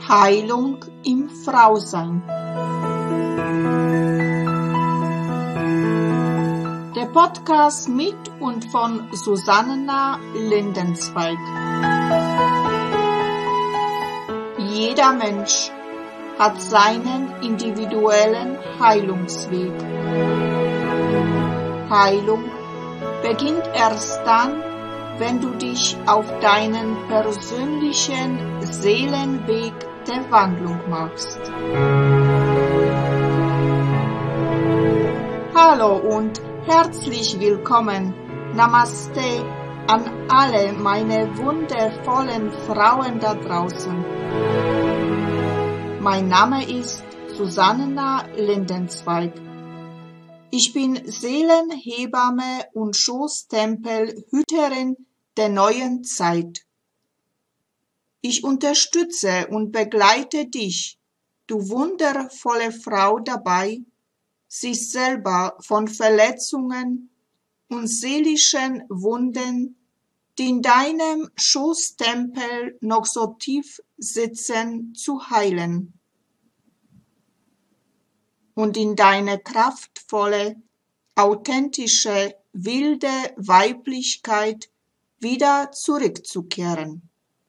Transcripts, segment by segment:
Heilung im Frausein. Der Podcast mit und von Susanna Lindenzweig. Jeder Mensch hat seinen individuellen Heilungsweg. Heilung beginnt erst dann, wenn du dich auf deinen persönlichen Seelenweg der Wandlung machst. Hallo und herzlich willkommen, Namaste an alle meine wundervollen Frauen da draußen. Mein Name ist Susanna Lindenzweig. Ich bin Seelenhebamme und Schoßtempelhüterin der neuen Zeit. Ich unterstütze und begleite dich, du wundervolle Frau, dabei, sich selber von Verletzungen und seelischen Wunden, die in deinem Schoßtempel noch so tief sitzen, zu heilen und in deine kraftvolle, authentische, wilde Weiblichkeit wieder zurückzukehren.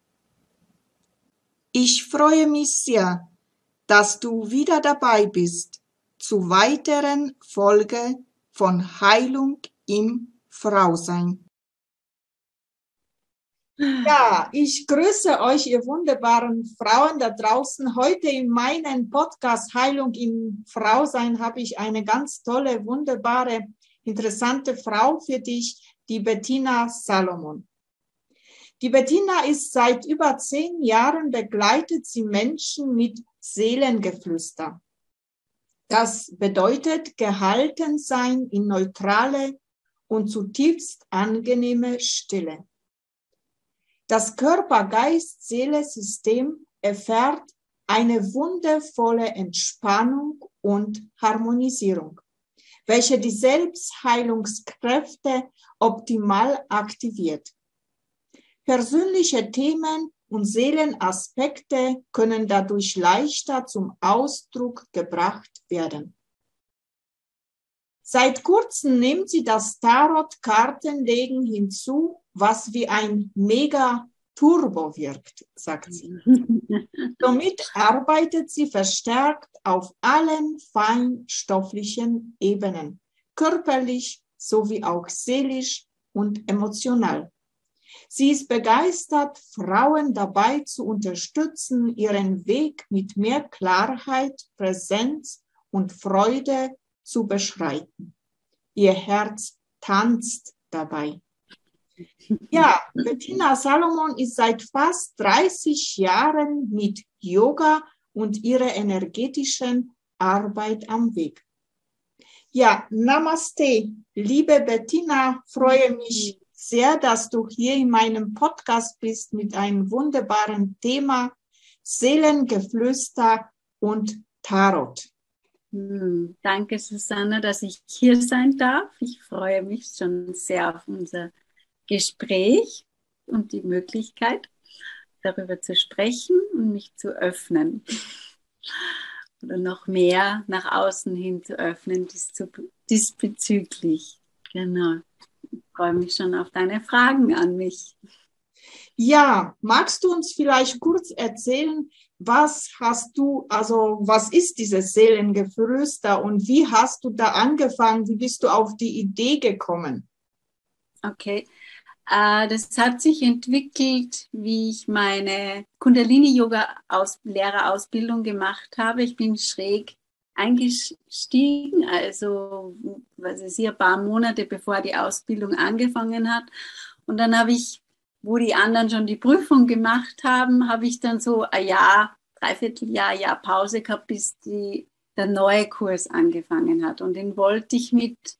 Ich freue mich sehr, dass du wieder dabei bist zu weiteren Folge von Heilung im Frausein. Ja, ich grüße euch, ihr wunderbaren Frauen da draußen. Heute in meinem Podcast Heilung im Frausein habe ich eine ganz tolle, wunderbare, interessante Frau für dich, die Bettina Salomon. Die Bettina ist seit über 10 Jahren, begleitet sie Menschen mit Seelengeflüster. Das bedeutet gehalten sein in neutrale und zutiefst angenehme Stille. Das Körper-Geist-Seele-System erfährt eine wundervolle Entspannung und Harmonisierung, welche die Selbstheilungskräfte optimal aktiviert. Persönliche Themen und Seelenaspekte können dadurch leichter zum Ausdruck gebracht werden. Seit kurzem nimmt sie das Tarot-Kartenlegen hinzu, was wie ein Mega-Turbo wirkt, sagt sie. Somit arbeitet sie verstärkt auf allen feinstofflichen Ebenen, körperlich sowie auch seelisch und emotional. Sie ist begeistert, Frauen dabei zu unterstützen, ihren Weg mit mehr Klarheit, Präsenz und Freude zu beschreiten. Ihr Herz tanzt dabei. Ja, Bettina Salomon ist seit fast 30 Jahren mit Yoga und ihrer energetischen Arbeit am Weg. Ja, Namaste, liebe Bettina, freue mich sehr, dass du hier in meinem Podcast bist mit einem wunderbaren Thema Seelengeflüster und Tarot. Danke, Susanna, dass ich hier sein darf. Ich freue mich schon sehr auf unser Gespräch und die Möglichkeit, darüber zu sprechen und mich zu öffnen oder noch mehr nach außen hin zu öffnen diesbezüglich. Genau. Ich freue mich schon auf deine Fragen an mich. Ja, magst du uns vielleicht kurz erzählen, was ist dieses Seelengeflüster und wie hast du da angefangen? Wie bist du auf die Idee gekommen? Okay, das hat sich entwickelt, wie ich meine Kundalini-Yoga-Lehrerausbildung gemacht habe. Ich bin schräg eingestiegen, also ein paar Monate bevor die Ausbildung angefangen hat. Und dann habe ich, wo die anderen schon die Prüfung gemacht haben, habe ich dann so ein Jahr, Dreivierteljahr Pause gehabt, bis der neue Kurs angefangen hat. Und den wollte ich mit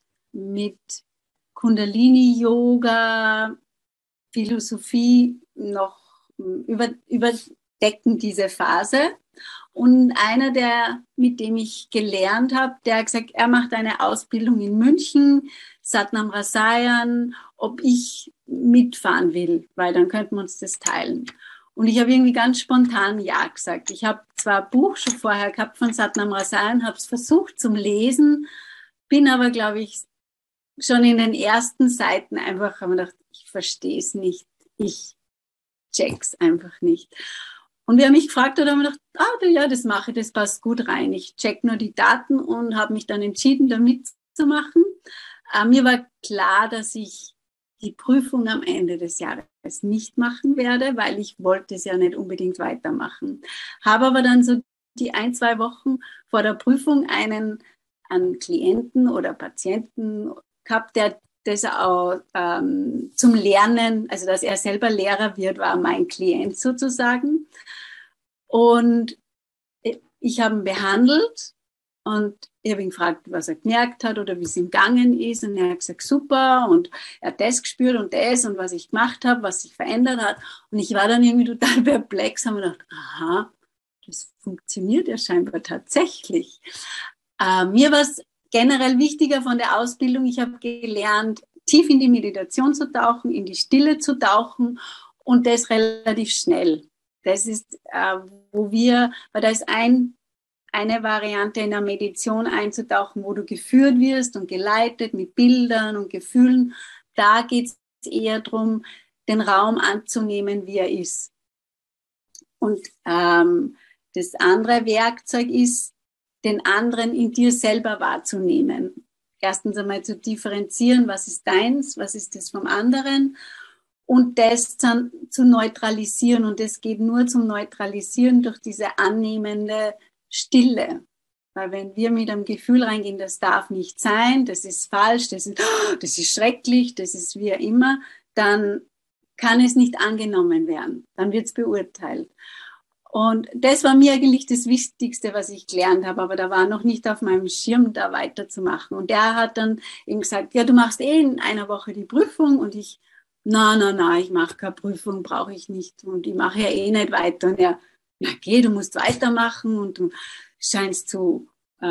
Kundalini-Yoga, Philosophie noch überdecken, diese Phase. Und einer, mit dem ich gelernt habe, der hat gesagt, er macht eine Ausbildung in München, Satnam Rasayan, ob ich mitfahren will, weil dann könnten wir uns das teilen. Und ich habe irgendwie ganz spontan Ja gesagt. Ich habe zwar ein Buch schon vorher gehabt von Satnam Rasayan, habe es versucht zum Lesen, bin aber, glaube ich, schon in den ersten Seiten einfach habe gedacht, ich verstehe es nicht. Ich check's einfach nicht. Und wer mich gefragt hat, habe ich gedacht, ja, das mache ich, das passt gut rein. Ich check nur die Daten und habe mich dann entschieden, da mitzumachen. Mir war klar, dass ich die Prüfung am Ende des Jahres nicht machen werde, weil ich wollte es ja nicht unbedingt weitermachen. Habe aber dann so die 1-2 Wochen vor der Prüfung einen Klienten oder Patienten gehabt, der das auch zum Lernen, also dass er selber Lehrer wird, war mein Klient sozusagen. Und ich habe ihn behandelt und ich habe ihn gefragt, was er gemerkt hat oder wie es ihm gegangen ist. Und er hat gesagt, super. Und er hat das gespürt und das und was ich gemacht habe, was sich verändert hat. Und ich war dann irgendwie total perplex, habe mir gedacht, aha, das funktioniert ja scheinbar tatsächlich. Mir war es generell wichtiger von der Ausbildung. Ich habe gelernt, tief in die Meditation zu tauchen, in die Stille zu tauchen und das relativ schnell. Das ist, weil da ist eine Variante in der Meditation einzutauchen, wo du geführt wirst und geleitet mit Bildern und Gefühlen. Da geht es eher darum, den Raum anzunehmen, wie er ist. Und das andere Werkzeug ist, den anderen in dir selber wahrzunehmen. Erstens einmal zu differenzieren, was ist deins, was ist das vom anderen und das dann zu neutralisieren. Und das geht nur zum Neutralisieren durch diese annehmende Stille. Weil wenn wir mit einem Gefühl reingehen, das darf nicht sein, das ist falsch, das ist schrecklich, das ist wie immer, dann kann es nicht angenommen werden. Dann wird es beurteilt. Und das war mir eigentlich das Wichtigste, was ich gelernt habe, aber da war noch nicht auf meinem Schirm, da weiterzumachen. Und der hat dann eben gesagt, ja, du machst in einer Woche die Prüfung und ich, na, ich mache keine Prüfung, brauche ich nicht und ich mache ja nicht weiter. Und er, na geh, du musst weitermachen und du scheinst so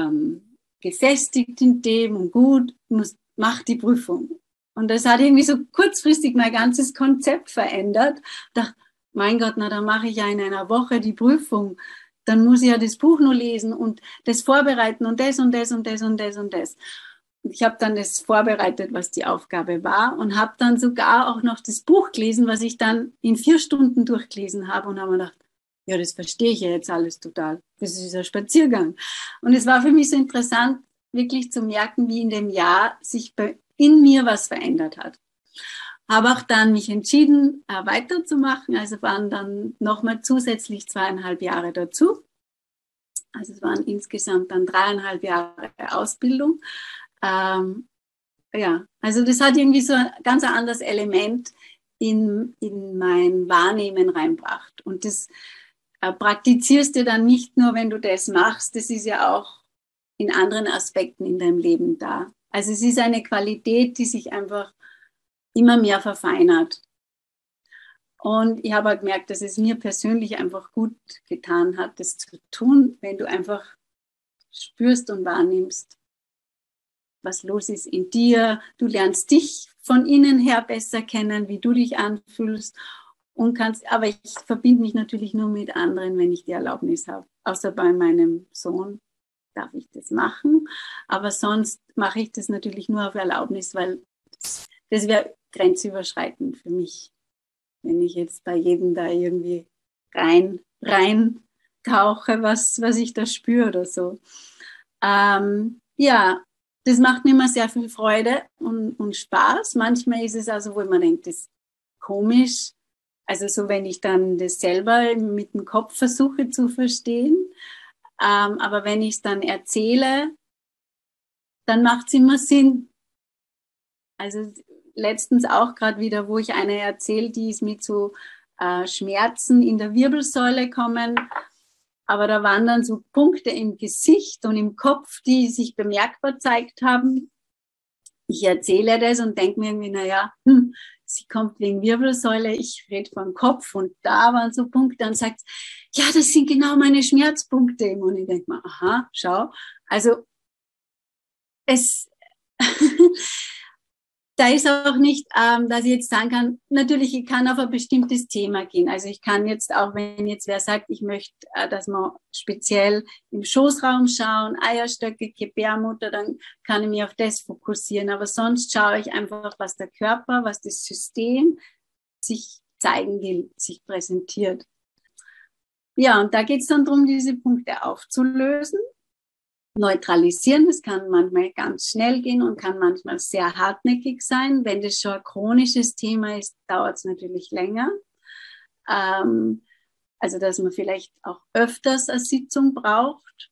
gefestigt in dem und gut, mach die Prüfung. Und das hat irgendwie so kurzfristig mein ganzes Konzept verändert. Ich dachte, mein Gott, na, dann mache ich ja in einer Woche die Prüfung. Dann muss ich ja das Buch nur lesen und das vorbereiten und das und das und das und das und das. Und ich habe dann das vorbereitet, was die Aufgabe war und habe dann sogar auch noch das Buch gelesen, was ich dann in 4 Stunden durchgelesen habe und habe mir gedacht, ja, das verstehe ich ja jetzt alles total. Das ist ein Spaziergang. Und es war für mich so interessant, wirklich zu merken, wie in dem Jahr sich in mir was verändert hat. Habe auch dann mich entschieden, weiterzumachen. Also waren dann nochmal zusätzlich 2,5 Jahre dazu. Also es waren insgesamt dann 3,5 Jahre Ausbildung. Ja, also das hat irgendwie so ein ganz anderes Element in mein Wahrnehmen reinbracht. Und das praktizierst du dann nicht nur, wenn du das machst, das ist ja auch in anderen Aspekten in deinem Leben da. Also es ist eine Qualität, die sich einfach immer mehr verfeinert. Und ich habe halt gemerkt, dass es mir persönlich einfach gut getan hat, das zu tun, wenn du einfach spürst und wahrnimmst, was los ist in dir. Du lernst dich von innen her besser kennen, wie du dich anfühlst und kannst, aber ich verbinde mich natürlich nur mit anderen, wenn ich die Erlaubnis habe. Außer bei meinem Sohn darf ich das machen, aber sonst mache ich das natürlich nur auf Erlaubnis, weil das wäre grenzüberschreitend für mich, wenn ich jetzt bei jedem da irgendwie rein tauche, was ich da spüre oder so. Ja, das macht mir immer sehr viel Freude und Spaß. Manchmal ist es also, wo man denkt, das ist komisch. Also so, wenn ich dann das selber mit dem Kopf versuche zu verstehen. Aber wenn ich es dann erzähle, dann macht es immer Sinn. Also letztens auch gerade wieder, wo ich eine erzähle, die ist mit so Schmerzen in der Wirbelsäule kommen. Aber da waren dann so Punkte im Gesicht und im Kopf, die sich bemerkbar gezeigt haben. Ich erzähle das und denke mir irgendwie, naja, sie kommt wegen Wirbelsäule, ich rede vom Kopf und da waren so Punkte. Dann sagt sie, ja, das sind genau meine Schmerzpunkte. Und ich denke mir, aha, schau. Also da ist auch nicht, dass ich jetzt sagen kann, natürlich, ich kann auf ein bestimmtes Thema gehen. Also ich kann jetzt auch, wenn jetzt wer sagt, ich möchte, dass wir speziell im Schoßraum schauen, Eierstöcke, Gebärmutter, dann kann ich mich auf das fokussieren. Aber sonst schaue ich einfach, was der Körper, was das System sich zeigen will, sich präsentiert. Ja, und da geht es dann darum, diese Punkte aufzulösen, neutralisieren. Das kann manchmal ganz schnell gehen und kann manchmal sehr hartnäckig sein. Wenn das schon ein chronisches Thema ist, dauert es natürlich länger. Also, dass man vielleicht auch öfters eine Sitzung braucht.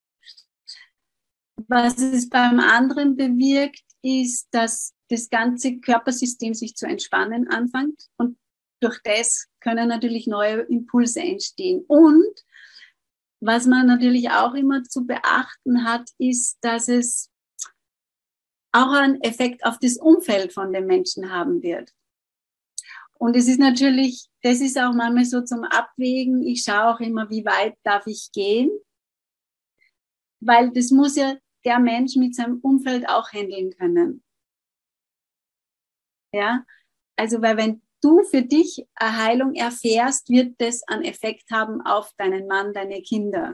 Was es beim anderen bewirkt, ist, dass das ganze Körpersystem sich zu entspannen anfängt und durch das können natürlich neue Impulse entstehen. Und was man natürlich auch immer zu beachten hat, ist, dass es auch einen Effekt auf das Umfeld von den Menschen haben wird. Und es ist natürlich, das ist auch manchmal so zum Abwägen. Ich schaue auch immer, wie weit darf ich gehen, weil das muss ja der Mensch mit seinem Umfeld auch handeln können. Ja, also weil wenn du für dich eine Heilung erfährst, wird das einen Effekt haben auf deinen Mann, deine Kinder.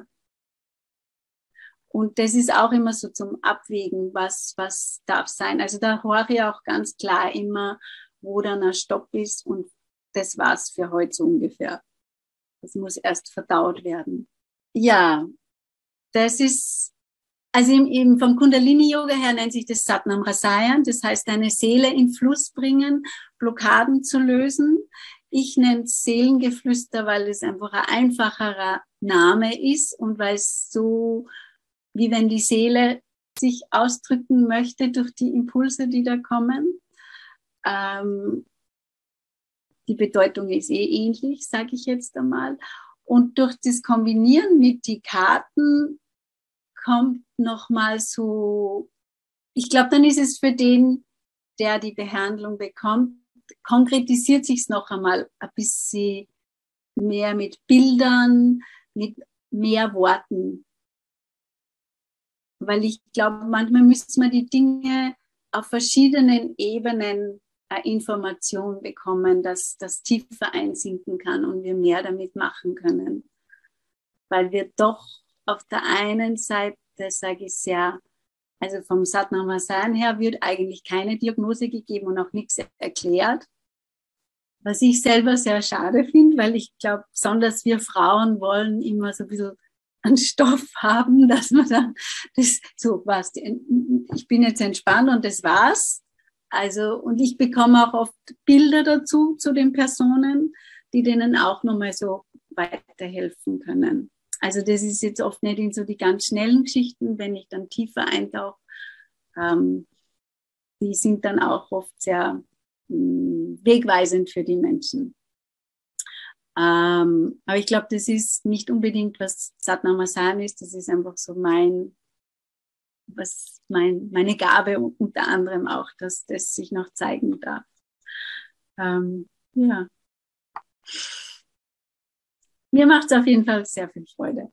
Und das ist auch immer so zum Abwägen, was darf sein. Also da höre ich auch ganz klar immer, wo dann ein Stopp ist und das war's für heute so ungefähr. Das muss erst verdaut werden. Ja, das ist, also vom Kundalini-Yoga her nennt sich das Satnam Rasayan, das heißt, deine Seele in Fluss bringen, Blockaden zu lösen. Ich nenne es Seelengeflüster, weil es einfach ein einfacherer Name ist und weil es so, wie wenn die Seele sich ausdrücken möchte durch die Impulse, die da kommen. Die Bedeutung ist ähnlich, sage ich jetzt einmal. Und durch das Kombinieren mit die Karten kommt nochmal so, ich glaube, dann ist es für den, der die Behandlung bekommt, konkretisiert sich es noch einmal ein bisschen mehr mit Bildern, mit mehr Worten. Weil ich glaube, manchmal müsste man die Dinge auf verschiedenen Ebenen Information bekommen, dass das tiefer einsinken kann und wir mehr damit machen können. Weil wir doch auf der einen Seite, sage ich sehr, also vom Satnam Rasayan her wird eigentlich keine Diagnose gegeben und auch nichts erklärt. Was ich selber sehr schade finde, weil ich glaube, besonders wir Frauen wollen immer so ein bisschen einen Stoff haben, dass man dann das so was, ich bin jetzt entspannt und das war's. Also, und ich bekomme auch oft Bilder dazu zu den Personen, die denen auch nochmal so weiterhelfen können. Also das ist jetzt oft nicht in so die ganz schnellen Geschichten, wenn ich dann tiefer eintauche. Die sind dann auch oft sehr wegweisend für die Menschen. Aber ich glaube, das ist nicht unbedingt, was Satnam Rasayan ist. Das ist einfach so meine Gabe unter anderem auch, dass das sich noch zeigen darf. Ja. Mir macht es auf jeden Fall sehr viel Freude.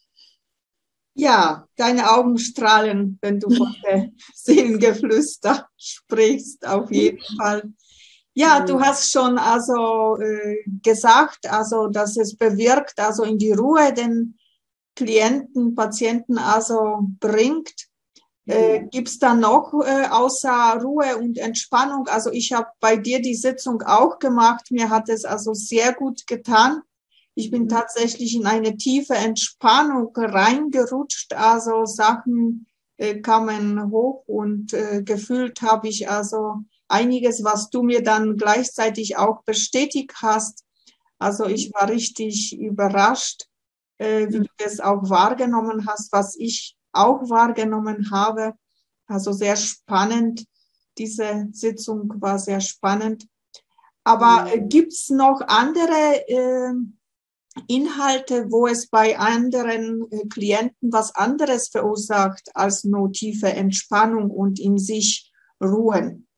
Ja, deine Augen strahlen, wenn du von der Seelengeflüster sprichst, auf jeden Fall. Ja, du hast schon also gesagt, also dass es bewirkt, also in die Ruhe den Klienten, Patienten also bringt. Gibt es da noch außer Ruhe und Entspannung? Also ich habe bei dir die Sitzung auch gemacht. Mir hat es also sehr gut getan. Ich bin tatsächlich in eine tiefe Entspannung reingerutscht. Also Sachen kamen hoch und gefühlt habe ich also einiges, was du mir dann gleichzeitig auch bestätigt hast. Also ich war richtig überrascht, wie du das auch wahrgenommen hast, was ich auch wahrgenommen habe. Also sehr spannend. Diese Sitzung war sehr spannend. Aber gibt es noch andere Inhalte, wo es bei anderen Klienten was anderes verursacht als nur tiefe Entspannung und in sich ruhen?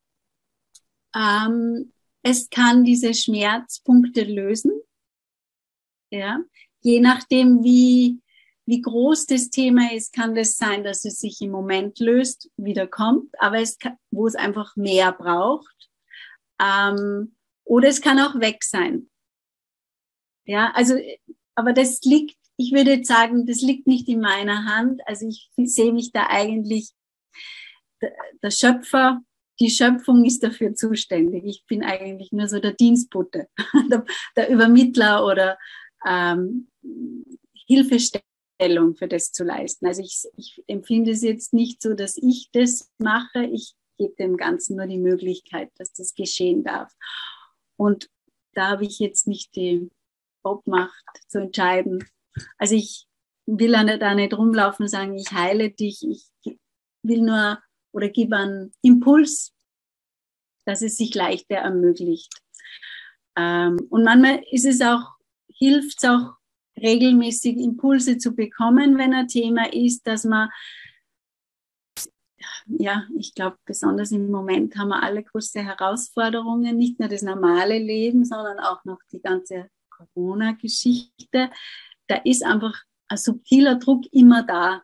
Es kann diese Schmerzpunkte lösen, ja, je nachdem, wie wie groß das Thema ist, kann das sein, dass es sich im Moment löst, wieder kommt, aber wo es einfach mehr braucht. Oder es kann auch weg sein. Ja, also, aber das liegt, ich würde jetzt sagen, das liegt nicht in meiner Hand. Also ich sehe mich da eigentlich, der Schöpfer, die Schöpfung ist dafür zuständig. Ich bin eigentlich nur so der Dienstbote, der Übermittler oder Hilfestellung für das zu leisten. Also ich empfinde es jetzt nicht so, dass ich das mache. Ich gebe dem Ganzen nur die Möglichkeit, dass das geschehen darf. Und da habe ich jetzt nicht die Obmacht zu entscheiden. Also ich will da nicht rumlaufen und sagen, ich heile dich. Ich will nur oder gebe einen Impuls, dass es sich leichter ermöglicht. Und manchmal hilft es auch, regelmäßig Impulse zu bekommen, wenn ein Thema ist, dass man, ja, ich glaube, besonders im Moment haben wir alle große Herausforderungen, nicht nur das normale Leben, sondern auch noch die ganze Corona-Geschichte. Da ist einfach ein subtiler Druck immer da.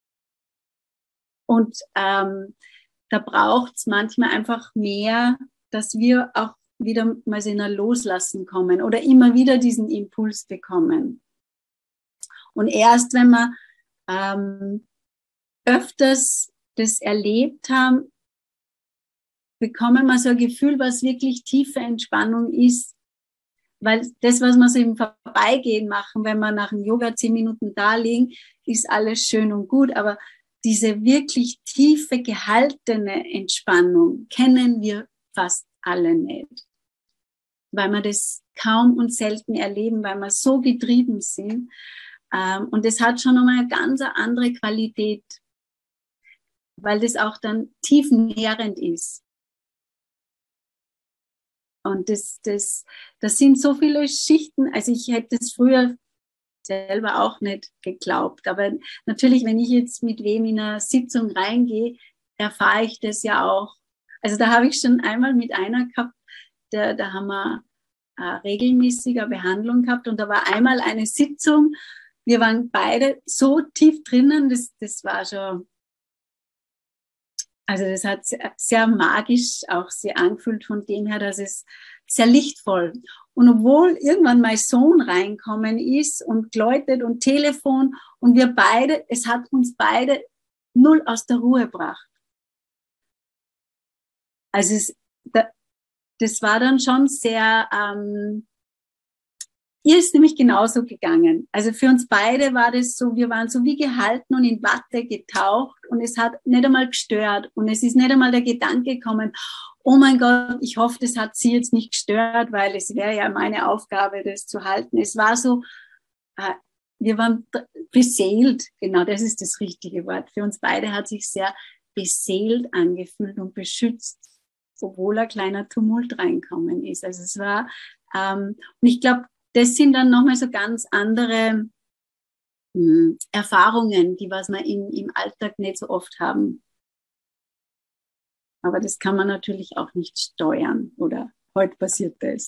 Und da braucht es manchmal einfach mehr, dass wir auch wieder mal in ein Loslassen kommen oder immer wieder diesen Impuls bekommen. Und erst wenn wir öfters das erlebt haben, bekommen wir so ein Gefühl, was wirklich tiefe Entspannung ist. Weil das, was wir so im Vorbeigehen machen, wenn wir nach dem Yoga 10 Minuten da liegen, ist alles schön und gut, aber diese wirklich tiefe, gehaltene Entspannung kennen wir fast alle nicht. Weil wir das kaum und selten erleben, weil wir so getrieben sind. Und das hat schon nochmal eine ganz andere Qualität, weil das auch dann tiefnährend ist. Und das sind so viele Schichten, also ich hätte es früher selber auch nicht geglaubt. Aber natürlich, wenn ich jetzt mit wem in eine Sitzung reingehe, erfahre ich das ja auch. Also da habe ich schon einmal mit einer gehabt, da haben wir regelmäßige Behandlung gehabt und da war einmal eine Sitzung, wir waren beide so tief drinnen, das war schon, also das hat sehr magisch auch sehr angefühlt von dem her, dass es sehr lichtvoll. Und obwohl irgendwann mein Sohn reinkommen ist und geläutet und Telefon und wir beide, es hat uns beide null aus der Ruhe gebracht. Also das war dann schon sehr, ihr ist nämlich genauso gegangen. Also für uns beide war das so, wir waren so wie gehalten und in Watte getaucht und es hat nicht einmal gestört und es ist nicht einmal der Gedanke gekommen, oh mein Gott, ich hoffe, das hat sie jetzt nicht gestört, weil es wäre ja meine Aufgabe, das zu halten. Es war so, wir waren beseelt, genau das ist das richtige Wort. Für uns beide hat sich sehr beseelt angefühlt und beschützt, obwohl ein kleiner Tumult reinkommen ist. Also es war, und ich glaube, das sind dann nochmal so ganz andere Erfahrungen, die was wir im Alltag nicht so oft haben. Aber das kann man natürlich auch nicht steuern. Oder heute passiert das.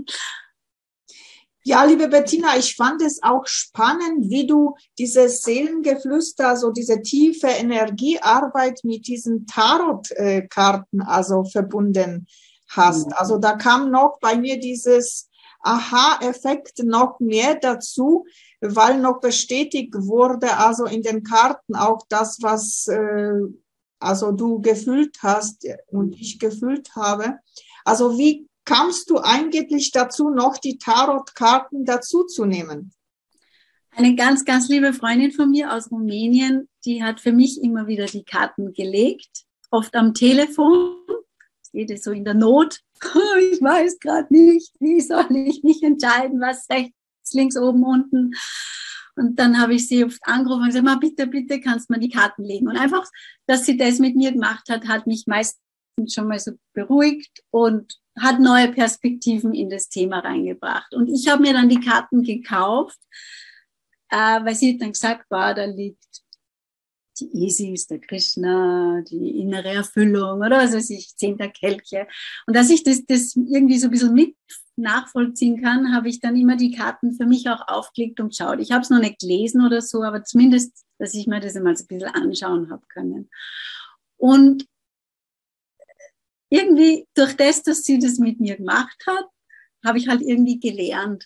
Ja, liebe Bettina, ich fand es auch spannend, wie du dieses Seelengeflüster, so diese tiefe Energiearbeit mit diesen Tarotkarten also verbunden hast. Also da kam noch bei mir dieses Aha-Effekt noch mehr dazu, weil noch bestätigt wurde, also in den Karten auch das, was also du gefühlt hast und ich gefühlt habe. Also wie kamst du eigentlich dazu, noch die Tarotkarten dazu zu nehmen? Eine ganz, ganz liebe Freundin von mir aus Rumänien, die hat für mich immer wieder die Karten gelegt, oft am Telefon. Steht es so in der Not. Ich weiß gerade nicht, wie soll ich mich entscheiden, was rechts, links, oben, unten. Und dann habe ich sie oft angerufen und gesagt, bitte, bitte kannst du mir die Karten legen. Und einfach, dass sie das mit mir gemacht hat, hat mich meistens schon mal so beruhigt und hat neue Perspektiven in das Thema reingebracht. Und ich habe mir dann die Karten gekauft, weil sie hat dann gesagt, da liegt die Isis, der Krishna, die innere Erfüllung oder was weiß ich, 10. Kelche. Und dass ich das irgendwie so ein bisschen nachvollziehen kann, habe ich dann immer die Karten für mich auch aufgelegt und geschaut. Ich habe es noch nicht gelesen oder so, aber zumindest, dass ich mir das einmal so ein bisschen anschauen habe können. Und irgendwie durch das, dass sie das mit mir gemacht hat, habe ich halt irgendwie gelernt.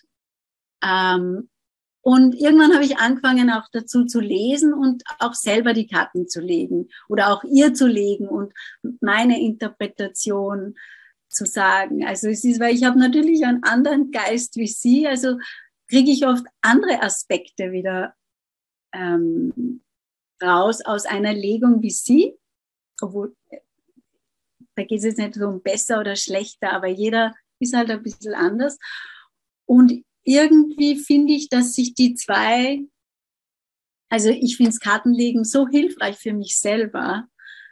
Und irgendwann habe ich angefangen auch dazu zu lesen und auch selber die Karten zu legen oder auch ihr zu legen und meine Interpretation zu sagen. Also es ist, weil ich habe natürlich einen anderen Geist wie sie, also kriege ich oft andere Aspekte wieder raus aus einer Legung wie sie, obwohl da geht es jetzt nicht so um besser oder schlechter, aber jeder ist halt ein bisschen anders. Und irgendwie finde ich, dass sich die zwei, also ich finde das Kartenlegen so hilfreich für mich selber.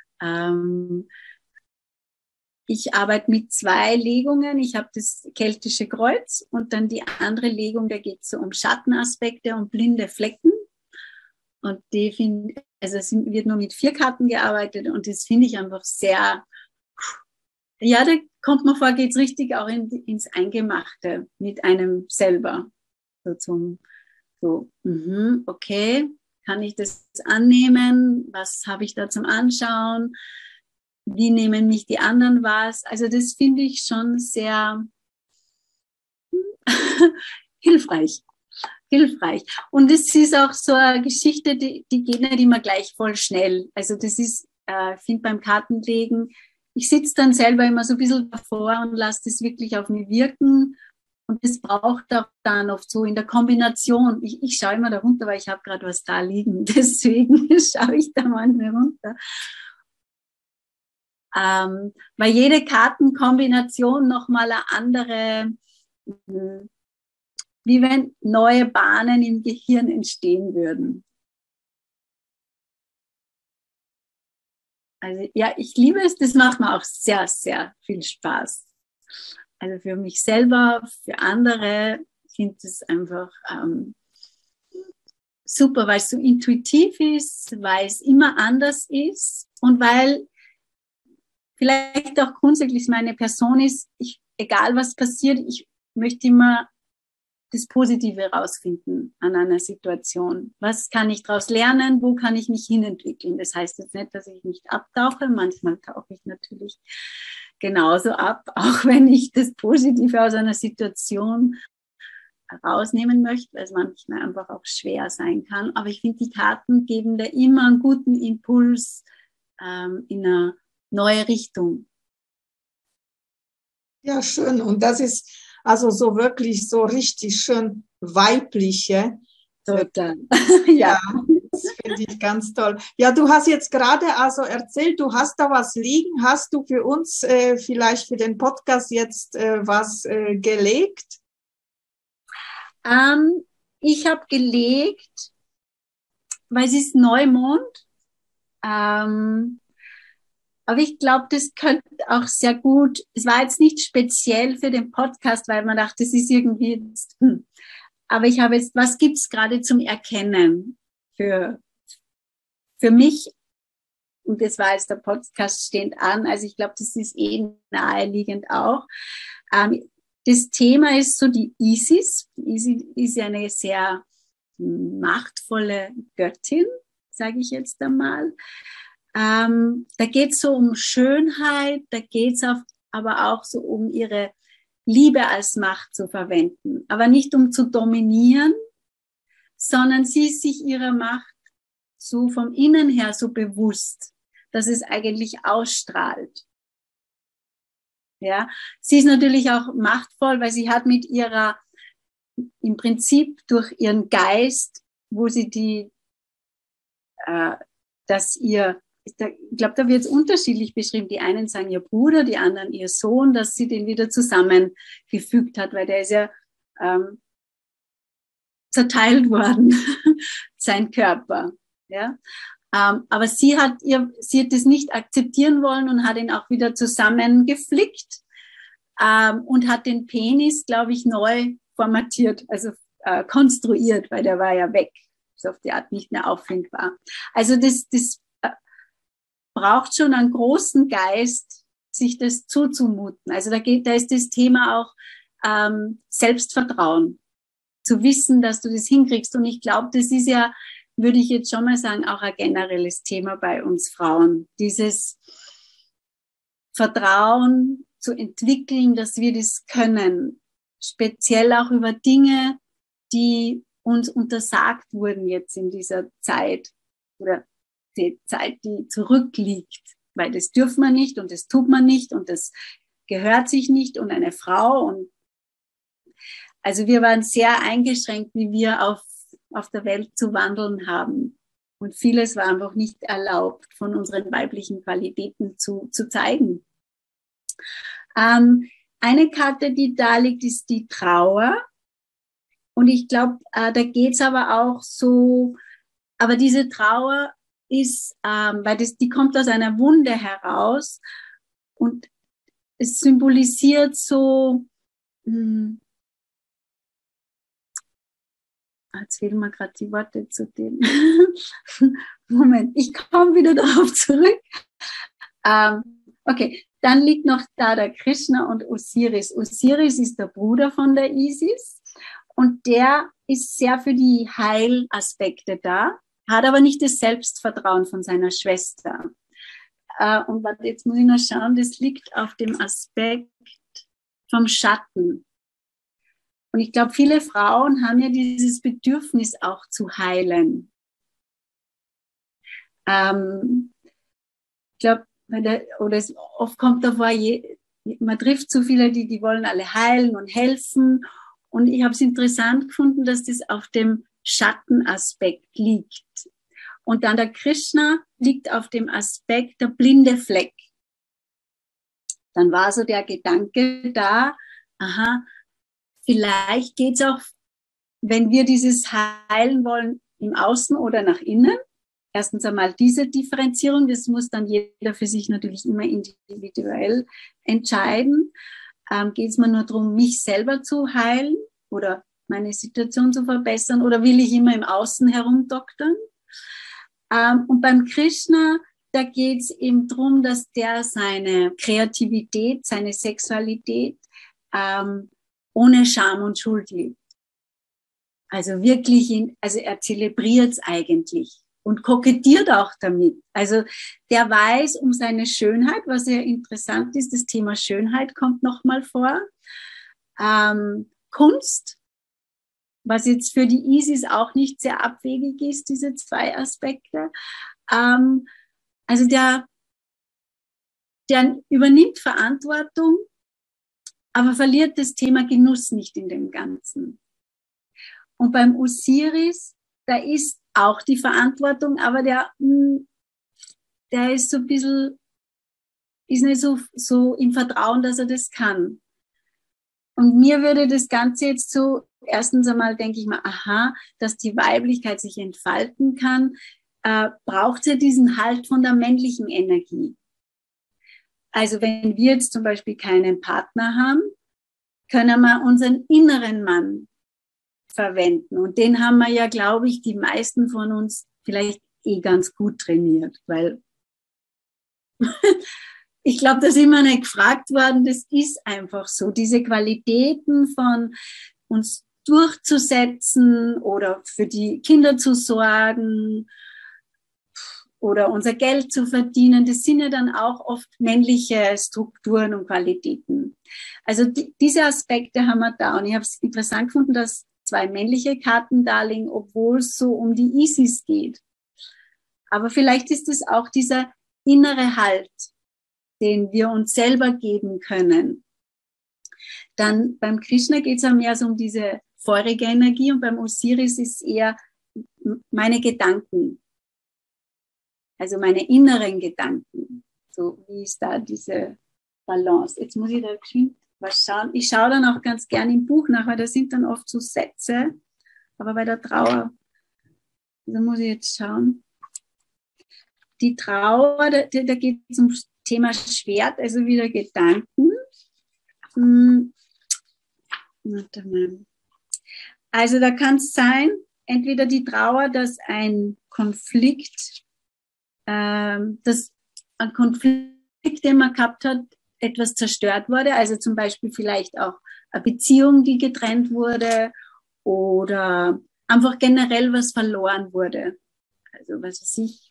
Ich arbeite mit 2 Legungen. Ich habe das keltische Kreuz und dann die andere Legung, da geht es so um Schattenaspekte und blinde Flecken. Und die finde, also es wird nur mit 4 Karten gearbeitet und das finde ich einfach sehr, ja, da kommt man vor, geht es richtig auch ins Eingemachte mit einem selber. Okay, kann ich das annehmen? Was habe ich da zum Anschauen? Wie nehmen mich die anderen wahr? Also das finde ich schon sehr hilfreich. Und es ist auch so eine Geschichte, die geht nicht immer gleich voll schnell. Also das ist, ich finde beim Kartenlegen, ich sitze dann selber immer so ein bisschen davor und lasse das wirklich auf mich wirken. Und das braucht auch dann oft so in der Kombination. Ich schaue immer da runter, weil ich habe gerade was da liegen. Deswegen schaue ich da manchmal runter. Weil jede Kartenkombination nochmal eine andere, wie wenn neue Bahnen im Gehirn entstehen würden. Also ja, ich liebe es, das macht mir auch sehr, sehr viel Spaß. Also für mich selber, für andere, ich finde es einfach super, weil es so intuitiv ist, weil es immer anders ist und weil vielleicht auch grundsätzlich meine Person ist, egal was passiert, ich möchte immer das Positive rausfinden an einer Situation. Was kann ich daraus lernen? Wo kann ich mich hinentwickeln? Das heißt jetzt nicht, dass ich nicht abtauche. Manchmal tauche ich natürlich genauso ab, auch wenn ich das Positive aus einer Situation herausnehmen möchte, weil es manchmal einfach auch schwer sein kann. Aber ich finde, die Karten geben da immer einen guten Impuls in eine neue Richtung. Ja, schön. Und das ist also so wirklich so richtig schön weibliche. Total. Ja, das finde ich ganz toll. Ja, du hast jetzt gerade also erzählt, du hast da was liegen. Hast du für uns vielleicht für den Podcast jetzt was gelegt? Ich habe gelegt, weil es ist Neumond. Aber ich glaube, das könnte auch sehr gut, es war jetzt nicht speziell für den Podcast, weil man dachte, das ist irgendwie jetzt, aber ich habe jetzt, was gibt es gerade zum Erkennen für mich? Und das war jetzt der Podcast stehend an, also ich glaube, das ist naheliegend auch. Das Thema ist so die Isis. Isis ist ja eine sehr machtvolle Göttin, sage ich jetzt einmal. Da geht es so um Schönheit, da geht es aber auch so um ihre Liebe als Macht zu verwenden. Aber nicht um zu dominieren, sondern sie ist sich ihrer Macht so vom Innen her so bewusst, dass es eigentlich ausstrahlt. Ja, sie ist natürlich auch machtvoll, weil sie hat mit ihrer, im Prinzip durch ihren Geist, wo sie ich glaube, da wird es unterschiedlich beschrieben. Die einen sagen ihr Bruder, die anderen ihr Sohn, dass sie den wieder zusammengefügt hat, weil der ist ja zerteilt worden, sein Körper. Ja? Aber sie hat das nicht akzeptieren wollen und hat ihn auch wieder zusammengeflickt und hat den Penis, glaube ich, neu formatiert, also konstruiert, weil der war ja weg, so auf die Art nicht mehr auffindbar. Also das braucht schon einen großen Geist, sich das zuzumuten. Also da ist das Thema auch Selbstvertrauen. Zu wissen, dass du das hinkriegst. Und ich glaube, das ist ja, würde ich jetzt schon mal sagen, auch ein generelles Thema bei uns Frauen. Dieses Vertrauen zu entwickeln, dass wir das können. Speziell auch über Dinge, die uns untersagt wurden jetzt in dieser Zeit oder die Zeit, die zurückliegt. Weil das dürfen wir nicht und das tut man nicht und das gehört sich nicht und eine Frau und also wir waren sehr eingeschränkt, wie wir auf der Welt zu wandeln haben. Und vieles war einfach nicht erlaubt, von unseren weiblichen Qualitäten zu zeigen. Eine Karte, die da liegt, ist die Trauer. Und ich glaube, da geht's aber auch so, aber diese Trauer ist, weil die kommt aus einer Wunde heraus und es symbolisiert so, jetzt fehlen mir gerade die Worte zu dem. Moment, ich komme wieder darauf zurück. Okay, dann liegt noch da der Krishna und Osiris. Osiris ist der Bruder von der Isis und der ist sehr für die Heilaspekte da, hat aber nicht das Selbstvertrauen von seiner Schwester. Und warte, jetzt muss ich noch schauen, das liegt auf dem Aspekt vom Schatten. Und ich glaube, viele Frauen haben ja dieses Bedürfnis auch zu heilen. Ich glaube, oft kommt davor, man trifft so viele, die wollen alle heilen und helfen. Und ich habe es interessant gefunden, dass das auf dem Schattenaspekt liegt. Und dann der Krishna liegt auf dem Aspekt der blinde Fleck. Dann war so der Gedanke da, aha, vielleicht geht es auch, wenn wir dieses heilen wollen, im Außen oder nach innen. Erstens einmal diese Differenzierung, das muss dann jeder für sich natürlich immer individuell entscheiden. Geht es mir nur darum, mich selber zu heilen oder meine Situation zu verbessern oder will ich immer im Außen herumdoktern? Und beim Krishna, da geht es eben darum, dass der seine Kreativität, seine Sexualität ohne Scham und Schuld lebt. Also wirklich, also er zelebriert es eigentlich und kokettiert auch damit. Also der weiß um seine Schönheit, was sehr interessant ist. Das Thema Schönheit kommt nochmal vor. Kunst, was jetzt für die Isis auch nicht sehr abwegig ist, diese zwei Aspekte. Also der übernimmt Verantwortung, aber verliert das Thema Genuss nicht in dem Ganzen. Und beim Osiris, da ist auch die Verantwortung, aber der ist so ein bisschen, ist nicht so im Vertrauen, dass er das kann. Und mir würde das Ganze jetzt so, erstens einmal denke ich mal, aha, dass die Weiblichkeit sich entfalten kann, braucht ja diesen Halt von der männlichen Energie. Also wenn wir jetzt zum Beispiel keinen Partner haben, können wir unseren inneren Mann verwenden. Und den haben wir ja, glaube ich, die meisten von uns vielleicht ganz gut trainiert, weil ich glaube, da sind wir nicht gefragt worden, das ist einfach so. Diese Qualitäten von uns durchzusetzen oder für die Kinder zu sorgen oder unser Geld zu verdienen, das sind ja dann auch oft männliche Strukturen und Qualitäten. Also diese Aspekte haben wir da. Und ich habe es interessant gefunden, dass zwei männliche Karten da liegen, obwohl es so um die Isis geht. Aber vielleicht ist es auch dieser innere Halt, den wir uns selber geben können. Dann beim Krishna geht es ja mehr so um diese feurige Energie und beim Osiris ist eher meine Gedanken. Also meine inneren Gedanken. So, wie ist da diese Balance? Jetzt muss ich da geschwind was schauen. Ich schaue dann auch ganz gern im Buch nach, weil da sind dann oft so Sätze. Aber bei der Trauer, da muss ich jetzt schauen. Die Trauer, da geht es um das Thema Schwert, also wieder Gedanken. Warte mal. Also da kann es sein, entweder die Trauer, dass ein Konflikt, den man gehabt hat, etwas zerstört wurde, also zum Beispiel vielleicht auch eine Beziehung, die getrennt wurde oder einfach generell was verloren wurde. Also was weiß ich,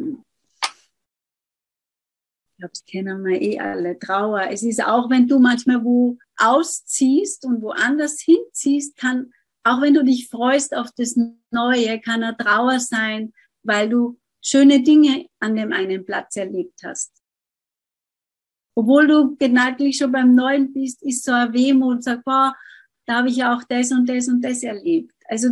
ich glaube, das kennen wir eh alle, Trauer. Es ist auch, wenn du manchmal wo ausziehst und woanders hinziehst, kann, auch wenn du dich freust auf das Neue, kann eine Trauer sein, weil du schöne Dinge an dem einen Platz erlebt hast. Obwohl du gedanklich schon beim Neuen bist, ist so eine Wehmut und sagt, boah, da habe ich ja auch das und das und das erlebt. Also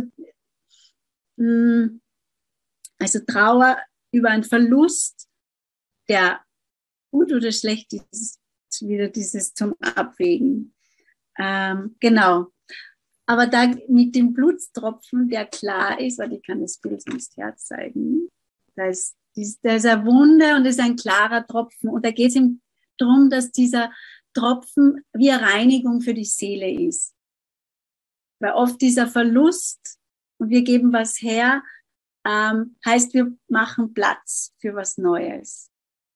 Trauer über einen Verlust, der gut oder schlecht ist, wieder dieses zum Abwägen. Genau. Aber da mit dem Blutstropfen, der klar ist, weil ich kann das Bild ins Herz zeigen, da ist ein Wunder und das ist ein klarer Tropfen. Und da geht es ihm darum, dass dieser Tropfen wie eine Reinigung für die Seele ist. Weil oft dieser Verlust und wir geben was her, heißt, wir machen Platz für was Neues.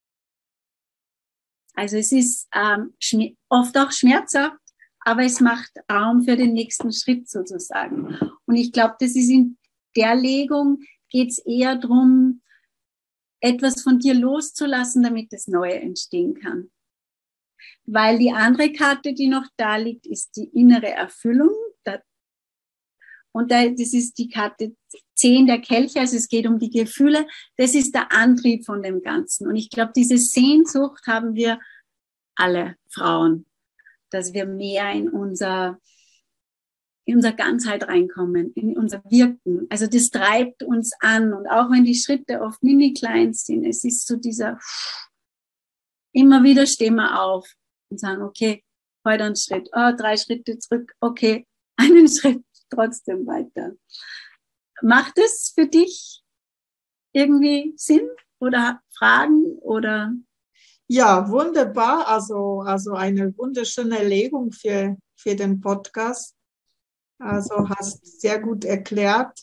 Also es ist oft auch schmerzhaft, aber es macht Raum für den nächsten Schritt sozusagen. Und ich glaube, das ist in der Legung, geht es eher darum, etwas von dir loszulassen, damit das Neue entstehen kann. Weil die andere Karte, die noch da liegt, ist die innere Erfüllung. Und das ist die Karte 10 der Kelche, also es geht um die Gefühle. Das ist der Antrieb von dem Ganzen. Und ich glaube, diese Sehnsucht haben wir alle Frauen, dass wir mehr in unser Ganzheit reinkommen, in unser Wirken. Also das treibt uns an. Und auch wenn die Schritte oft mini klein sind, es ist so dieser, immer wieder stehen wir auf und sagen, okay, heute ein Schritt, 3 Schritte zurück, okay, einen Schritt trotzdem weiter. Macht es für dich irgendwie Sinn oder Fragen oder? Ja, wunderbar. Also eine wunderschöne Legung für den Podcast. Also hast sehr gut erklärt.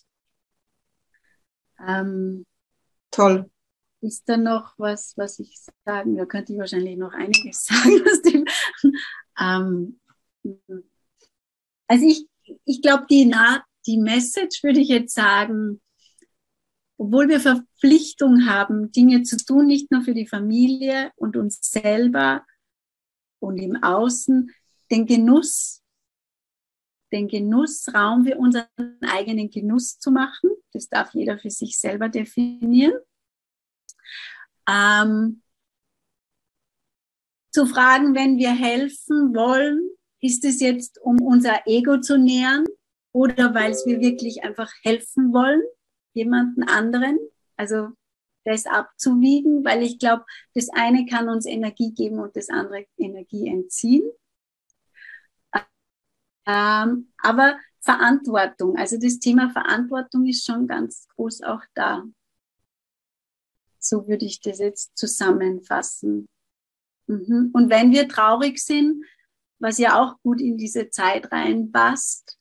Toll. Ist da noch was ich sagen? Da könnte ich wahrscheinlich noch einiges sagen aus dem. Also ich glaube, die Message würde ich jetzt sagen, obwohl wir Verpflichtung haben, Dinge zu tun, nicht nur für die Familie und uns selber und im Außen, den Genussraum für unseren eigenen Genuss zu machen. Das darf jeder für sich selber definieren. Zu fragen, wenn wir helfen wollen, ist es jetzt, um unser Ego zu nähren oder weil wir wirklich einfach helfen wollen, jemanden anderen? Also das abzuwiegen, weil ich glaube, das eine kann uns Energie geben und das andere Energie entziehen. Aber Verantwortung, also das Thema Verantwortung ist schon ganz groß auch da. So würde ich das jetzt zusammenfassen. Und wenn wir traurig sind, was ja auch gut in diese Zeit reinpasst,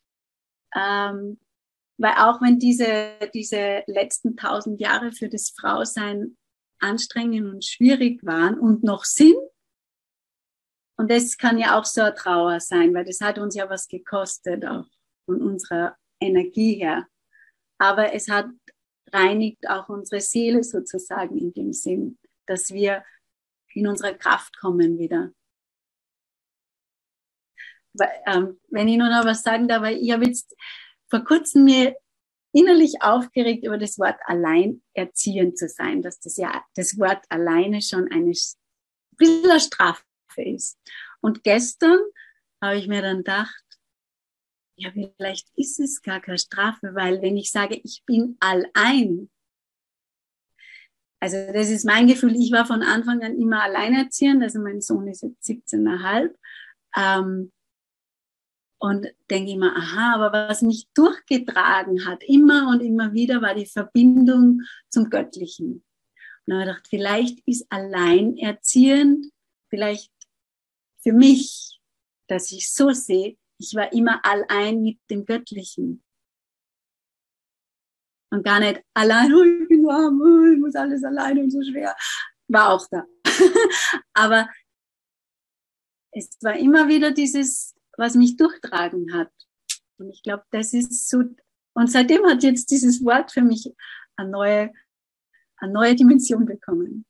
weil auch wenn diese letzten 1000 Jahre für das Frausein anstrengend und schwierig waren und noch sind, und das kann ja auch so eine Trauer sein, weil das hat uns ja was gekostet, auch von unserer Energie her. Aber es reinigt auch unsere Seele sozusagen in dem Sinn, dass wir in unsere Kraft kommen wieder. Wenn ich nur noch was sagen darf, weil ich habe jetzt vor kurzem mir innerlich aufgeregt über das Wort alleinerziehend zu sein, dass das Wort alleine schon ein bisschen eine Strafe ist. Und gestern habe ich mir dann gedacht, ja, vielleicht ist es gar keine Strafe, weil wenn ich sage, ich bin allein, also das ist mein Gefühl, ich war von Anfang an immer alleinerziehend, also mein Sohn ist jetzt 17,5, und denke immer, aha, aber was mich durchgetragen hat, immer und immer wieder, war die Verbindung zum Göttlichen. Und dann habe ich gedacht, vielleicht ist alleinerziehend, vielleicht für mich, dass ich so sehe, ich war immer allein mit dem Göttlichen. Und gar nicht allein, oh, ich bin so arm, oh, ich muss alles alleine und so schwer. War auch da. Aber es war immer wieder dieses was mich durchtragen hat. Und ich glaube, das ist so, und seitdem hat jetzt dieses Wort für mich eine neue Dimension bekommen.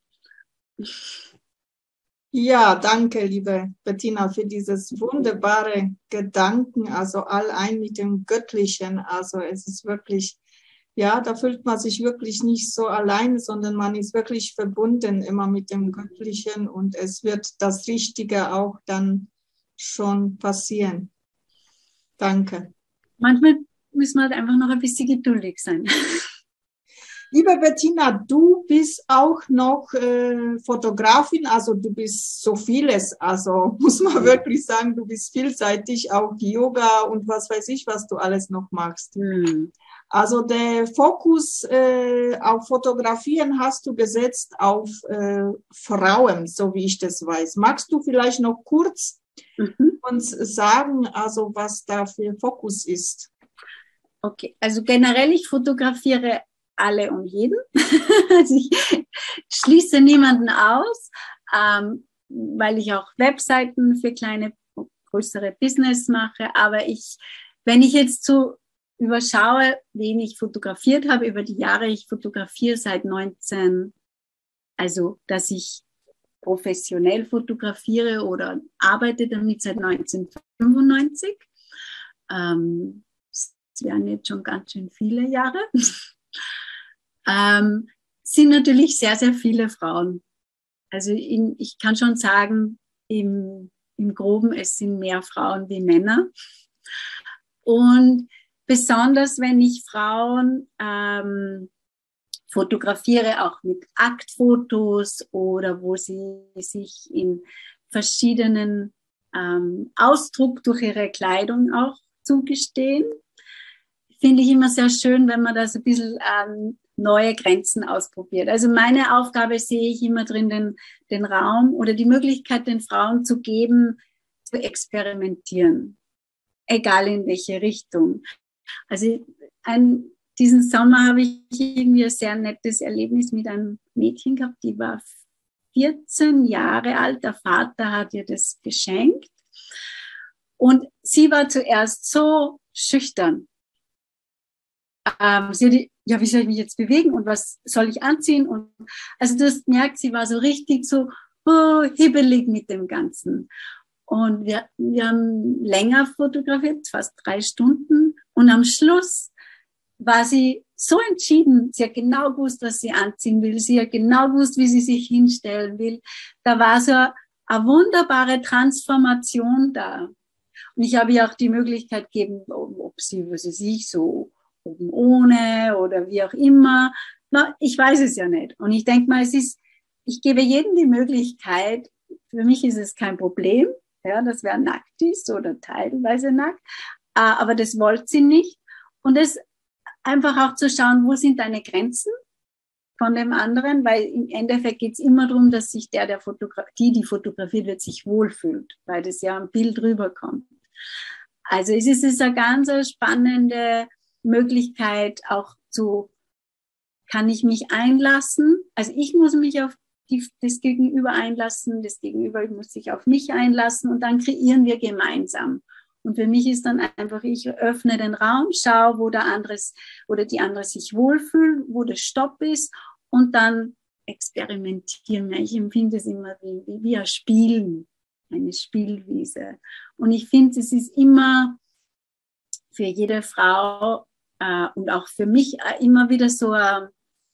Ja, danke, liebe Bettina, für dieses wunderbare Gedanken, also allein mit dem Göttlichen. Also es ist wirklich, ja, da fühlt man sich wirklich nicht so alleine, sondern man ist wirklich verbunden immer mit dem Göttlichen und es wird das Richtige auch dann schon passieren. Danke. Manchmal müssen wir halt einfach noch ein bisschen geduldig sein. Liebe Bettina, du bist auch noch Fotografin, also du bist so vieles, also muss man wirklich sagen, du bist vielseitig, auch Yoga und was weiß ich, was du alles noch machst. Also der Fokus auf Fotografieren hast du gesetzt auf Frauen, so wie ich das weiß. Magst du vielleicht noch kurz uns sagen, also was da für Fokus ist? Okay, also generell, ich fotografiere alle und jeden. Also ich schließe niemanden aus, weil ich auch Webseiten für kleine, größere Business mache. Aber wenn ich jetzt so überschaue, wen ich fotografiert habe über die Jahre, ich fotografiere seit 19, also dass ich professionell fotografiere oder arbeite damit seit 1995. Das wären jetzt schon ganz schön viele Jahre. Sind natürlich sehr, sehr viele Frauen. Also ich kann schon sagen, im Groben, es sind mehr Frauen wie Männer. Und besonders, wenn ich Frauen fotografiere, auch mit Aktfotos oder wo sie sich in verschiedenen Ausdruck durch ihre Kleidung auch zugestehen, finde ich immer sehr schön, wenn man da so ein bisschen neue Grenzen ausprobiert. Also meine Aufgabe sehe ich immer drin, den Raum oder die Möglichkeit den Frauen zu geben, zu experimentieren. Egal in welche Richtung. Also diesen Sommer habe ich irgendwie ein sehr nettes Erlebnis mit einem Mädchen gehabt, die war 14 Jahre alt. Der Vater hat ihr das geschenkt. Und sie war zuerst so schüchtern. Sie hat, ja, wie soll ich mich jetzt bewegen und was soll ich anziehen? Und also du hast gemerkt, sie war so richtig so hibbelig mit dem Ganzen. Und wir haben länger fotografiert, fast 3 Stunden. Und am Schluss war sie so entschieden. Sie hat genau gewusst, was sie anziehen will. Sie hat genau gewusst, wie sie sich hinstellen will. Da war so eine wunderbare Transformation da. Und ich habe ihr auch die Möglichkeit gegeben, ob sie, was weiß ich, so oben ohne oder wie auch immer. Na, ich weiß es ja nicht. Und ich denke mal, ich gebe jedem die Möglichkeit, für mich ist es kein Problem, ja, dass wer nackt ist oder teilweise nackt, aber das wollte sie nicht. Und das einfach auch zu schauen, wo sind deine Grenzen von dem anderen, weil im Endeffekt geht es immer darum, dass sich die fotografiert wird, sich wohlfühlt, weil das ja am Bild rüberkommt. Also es ist eine ganz spannende Möglichkeit auch kann ich mich einlassen? Also ich muss mich auf das Gegenüber einlassen, das Gegenüber muss sich auf mich einlassen und dann kreieren wir gemeinsam. Und für mich ist dann einfach, ich öffne den Raum, schaue, wo der andere oder die andere sich wohlfühlt, wo der Stopp ist und dann experimentieren wir. Ich empfinde es immer wie ein Spielen, eine Spielwiese. Und ich finde, es ist immer für jede Frau und auch für mich immer wieder so, da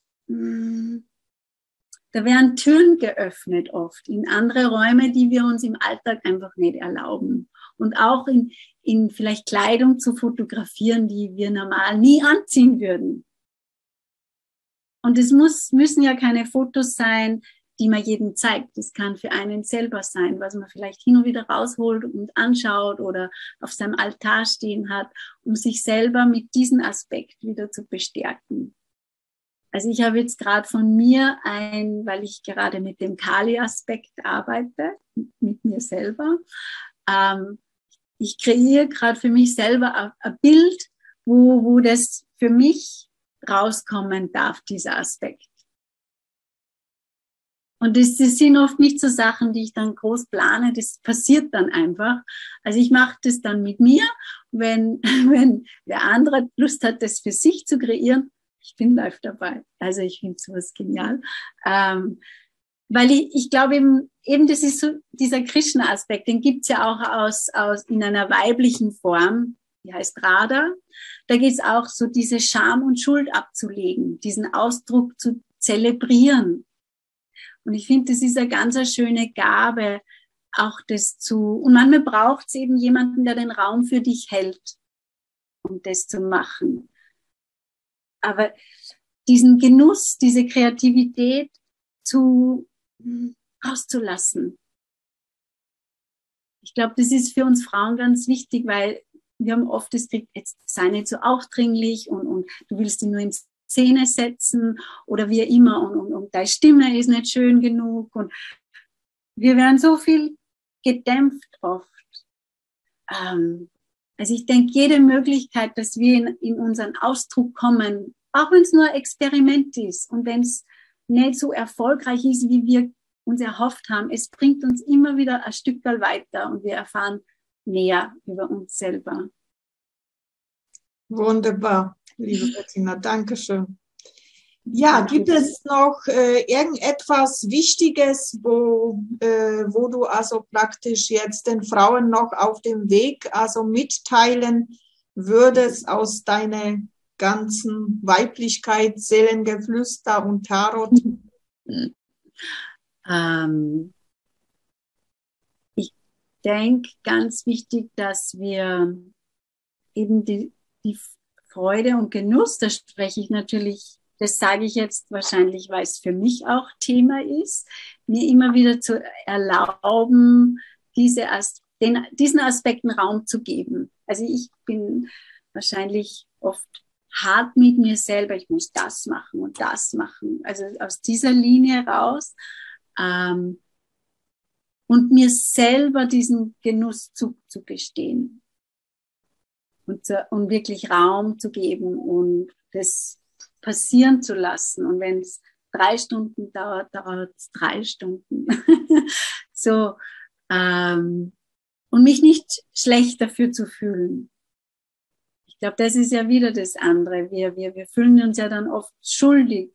werden Türen geöffnet oft in andere Räume, die wir uns im Alltag einfach nicht erlauben. Und auch in vielleicht Kleidung zu fotografieren, die wir normal nie anziehen würden. Und es müssen ja keine Fotos sein, die man jedem zeigt. Das kann für einen selber sein, was man vielleicht hin und wieder rausholt und anschaut oder auf seinem Altar stehen hat, um sich selber mit diesem Aspekt wieder zu bestärken. Also ich habe jetzt gerade von mir weil ich gerade mit dem Kali-Aspekt arbeite, mit mir selber, ich kreiere gerade für mich selber ein Bild, wo das für mich rauskommen darf, dieser Aspekt. Und das sind oft nicht so Sachen, die ich dann groß plane, das passiert dann einfach. Also ich mache das dann mit mir, wenn, wenn der andere Lust hat, das für sich zu kreieren, ich bin live dabei. Also ich finde sowas genial. Weil ich glaube eben das ist so dieser Krishna-Aspekt, den gibt's ja auch in einer weiblichen Form, die heißt Radha. Da geht's auch so, diese Scham und Schuld abzulegen, diesen Ausdruck zu zelebrieren. Und ich finde, das ist eine ganz schöne Gabe, auch das und manchmal braucht es eben jemanden, der den Raum für dich hält, um das zu machen. Aber diesen Genuss, diese Kreativität rauszulassen. Ich glaube, das ist für uns Frauen ganz wichtig, weil wir haben oft das Krieg, jetzt sei nicht so aufdringlich und du willst ihn nur in Szene setzen oder wie immer und deine Stimme ist nicht schön genug und wir werden so viel gedämpft oft. Also ich denke, jede Möglichkeit, dass wir in unseren Ausdruck kommen, auch wenn es nur ein Experiment ist und wenn es nicht so erfolgreich ist, wie wir uns erhofft haben, es bringt uns immer wieder ein Stückchen weiter und wir erfahren mehr über uns selber. Wunderbar, liebe Bettina, danke schön. Ja, gibt es noch irgendetwas Wichtiges, wo du also praktisch jetzt den Frauen noch auf dem Weg also mitteilen würdest aus deiner ganzen Weiblichkeit, Seelengeflüster und Tarot? Ich denke, ganz wichtig, dass wir eben die Freude und Genuss, da spreche ich natürlich, das sage ich jetzt wahrscheinlich, weil es für mich auch Thema ist, mir immer wieder zu erlauben, diesen Aspekten Raum zu geben. Also ich bin wahrscheinlich oft hart mit mir selber, ich muss das machen und das machen. Also aus dieser Linie raus. Und mir selber diesen Genuss zugestehen. Und wirklich Raum zu geben und das passieren zu lassen. Und wenn es 3 Stunden dauert, dauert es 3 Stunden. So, und mich nicht schlecht dafür zu fühlen. Ich glaube, das ist ja wieder das andere. Wir fühlen uns ja dann oft schuldig.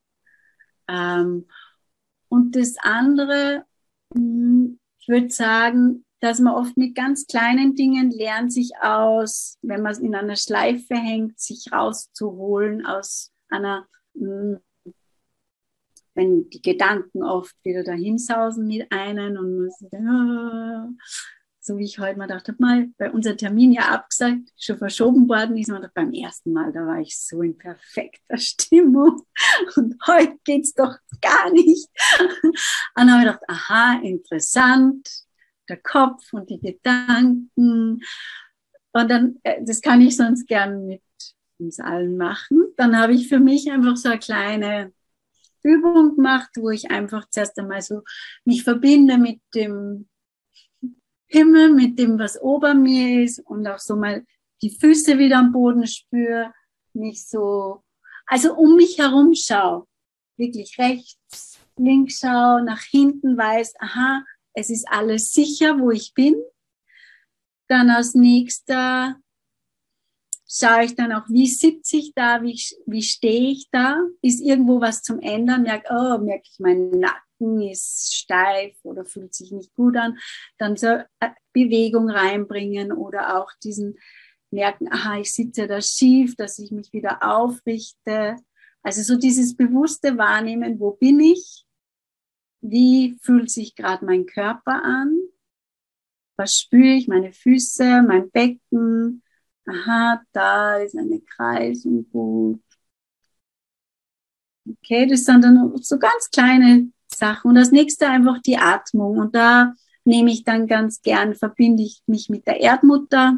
Und das andere, ich würde sagen, dass man oft mit ganz kleinen Dingen lernt, sich wenn man es in einer Schleife hängt, sich rauszuholen aus einer, wenn die Gedanken oft wieder dahin sausen mit einem und man sagt, so wie ich heute mal gedacht habe, mal bei unserem Termin ja abgesagt, schon verschoben worden ist, und beim ersten Mal, da war ich so in perfekter Stimmung und heute geht's doch gar nicht. Und dann habe ich gedacht, aha, interessant, der Kopf und die Gedanken. Und dann, das kann ich sonst gern mit uns allen machen. Dann habe ich für mich einfach so eine kleine Übung gemacht, wo ich einfach zuerst einmal so mich verbinde mit dem Himmel, mit dem, was ober mir ist und auch so mal die Füße wieder am Boden spüre, mich so, also um mich herum schaue, wirklich rechts, links schaue, nach hinten weiß, aha, es ist alles sicher, wo ich bin. Dann als nächster schaue ich dann auch, wie sitze ich da, wie stehe ich da, ist irgendwo was zum Ändern, merke ich, mein Nacken ist steif oder fühlt sich nicht gut an, dann so Bewegung reinbringen oder auch diesen merken, aha, ich sitze da schief, dass ich mich wieder aufrichte. Also so dieses bewusste Wahrnehmen, wo bin ich, wie fühlt sich gerade mein Körper an, was spüre ich, meine Füße, mein Becken, aha, da ist eine Kreisung gut. Okay, das sind dann so ganz kleine Sachen. Und das nächste einfach die Atmung. Und da nehme ich dann ganz gern, verbinde ich mich mit der Erdmutter.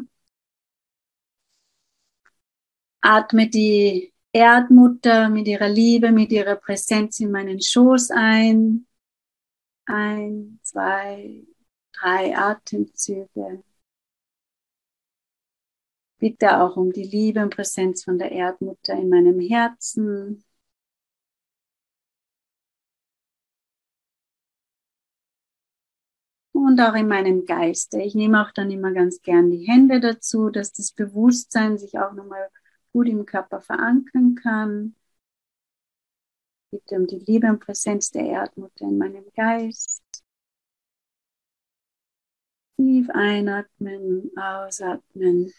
Atme die Erdmutter mit ihrer Liebe, mit ihrer Präsenz in meinen Schoß ein. 1, 2, 3 Atemzüge. Bitte auch um die Liebe und Präsenz von der Erdmutter in meinem Herzen. und auch in meinem Geiste. Ich nehme auch dann immer ganz gern die Hände dazu, dass das Bewusstsein sich auch nochmal gut im Körper verankern kann. Bitte um die Liebe und Präsenz der Erdmutter in meinem Geist. Tief einatmen, ausatmen.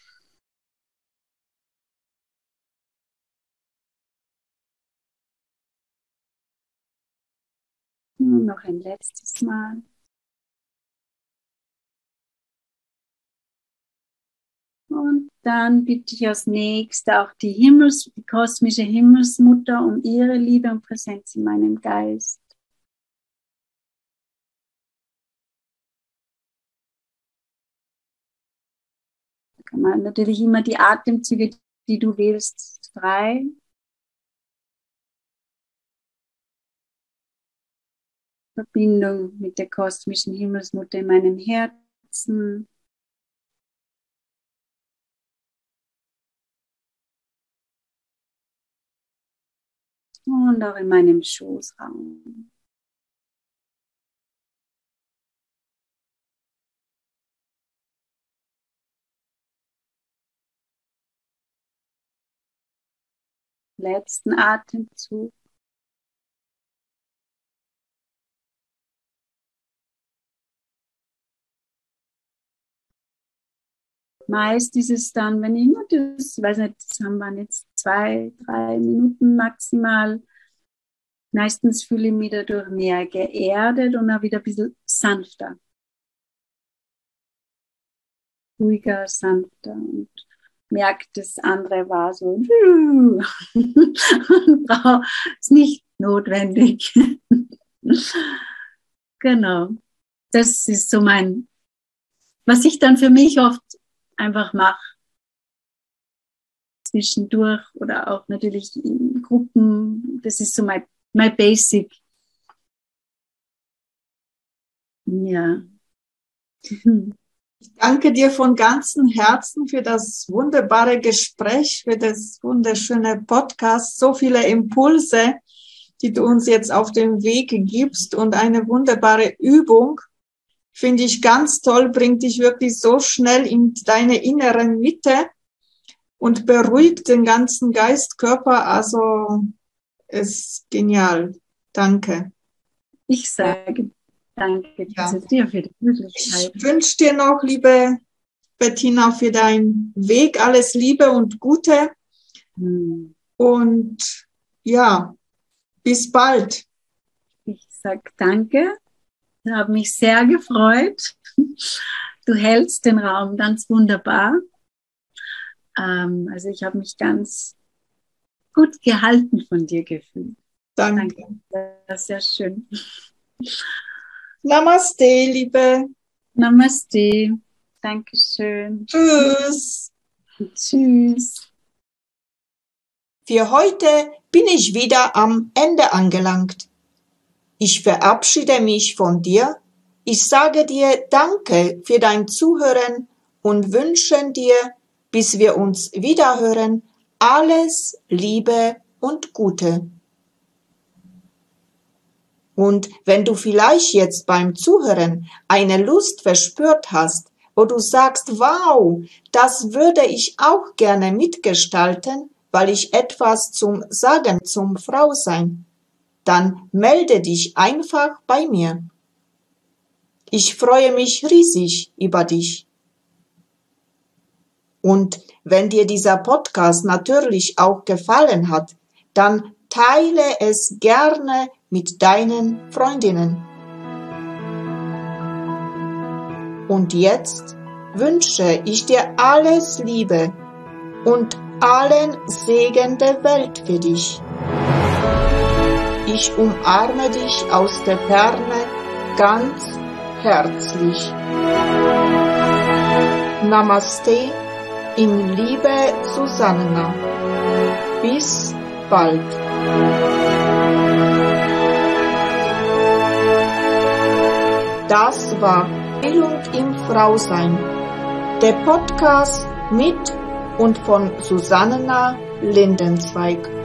Nur noch ein letztes Mal. Und dann bitte ich als nächstes auch die kosmische Himmelsmutter um ihre Liebe und Präsenz in meinem Geist. Da kann man natürlich immer die Atemzüge, die du wählst, frei. Verbindung mit der kosmischen Himmelsmutter in meinem Herzen. Und auch in meinem Schoßraum. Letzten Atemzug. Meist ist es dann, wenn ich nur das, ich weiß nicht, das haben wir jetzt 2-3 Minuten maximal. Meistens fühle ich mich dadurch mehr geerdet und auch wieder ein bisschen sanfter. Ruhiger, sanfter und merkt, das andere war so und ist nicht notwendig. Genau. Das ist so was ich dann für mich oft einfach mache. Zwischendurch oder auch natürlich in Gruppen. Das ist so my basic. Ja. Ich danke dir von ganzem Herzen für das wunderbare Gespräch, für das wunderschöne Podcast, so viele Impulse, die du uns jetzt auf den Weg gibst und eine wunderbare Übung. Finde ich ganz toll, bringt dich wirklich so schnell in deine innere Mitte und beruhigt den ganzen Geist, Körper. Also ist genial. Danke. Ich sage danke dir für die Möglichkeit. Ich wünsche dir noch, liebe Bettina, für deinen Weg alles Liebe und Gute. Und ja, bis bald. Ich sage danke. Ich habe mich sehr gefreut. Du hältst den Raum ganz wunderbar. Also ich habe mich ganz gut gehalten von dir gefühlt. Danke. Das ist sehr schön. Namaste, Liebe. Namaste. Dankeschön. Tschüss. Tschüss. Für heute bin ich wieder am Ende angelangt. Ich verabschiede mich von dir. Ich sage dir Danke für dein Zuhören und wünsche dir, bis wir uns wiederhören, alles Liebe und Gute. Und wenn du vielleicht jetzt beim Zuhören eine Lust verspürt hast, wo du sagst, wow, das würde ich auch gerne mitgestalten, weil ich etwas zum Sagen zum Frausein, dann melde dich einfach bei mir. Ich freue mich riesig über dich. Und wenn dir dieser Podcast natürlich auch gefallen hat, dann teile es gerne mit deinen Freundinnen. Und jetzt wünsche ich dir alles Liebe und allen Segen der Welt für dich. Ich umarme dich aus der Ferne ganz herzlich. Namaste, in Liebe, Susanna. Bis bald. Das war Heilung im Frausein, der Podcast mit und von Susanna Lindenzweig.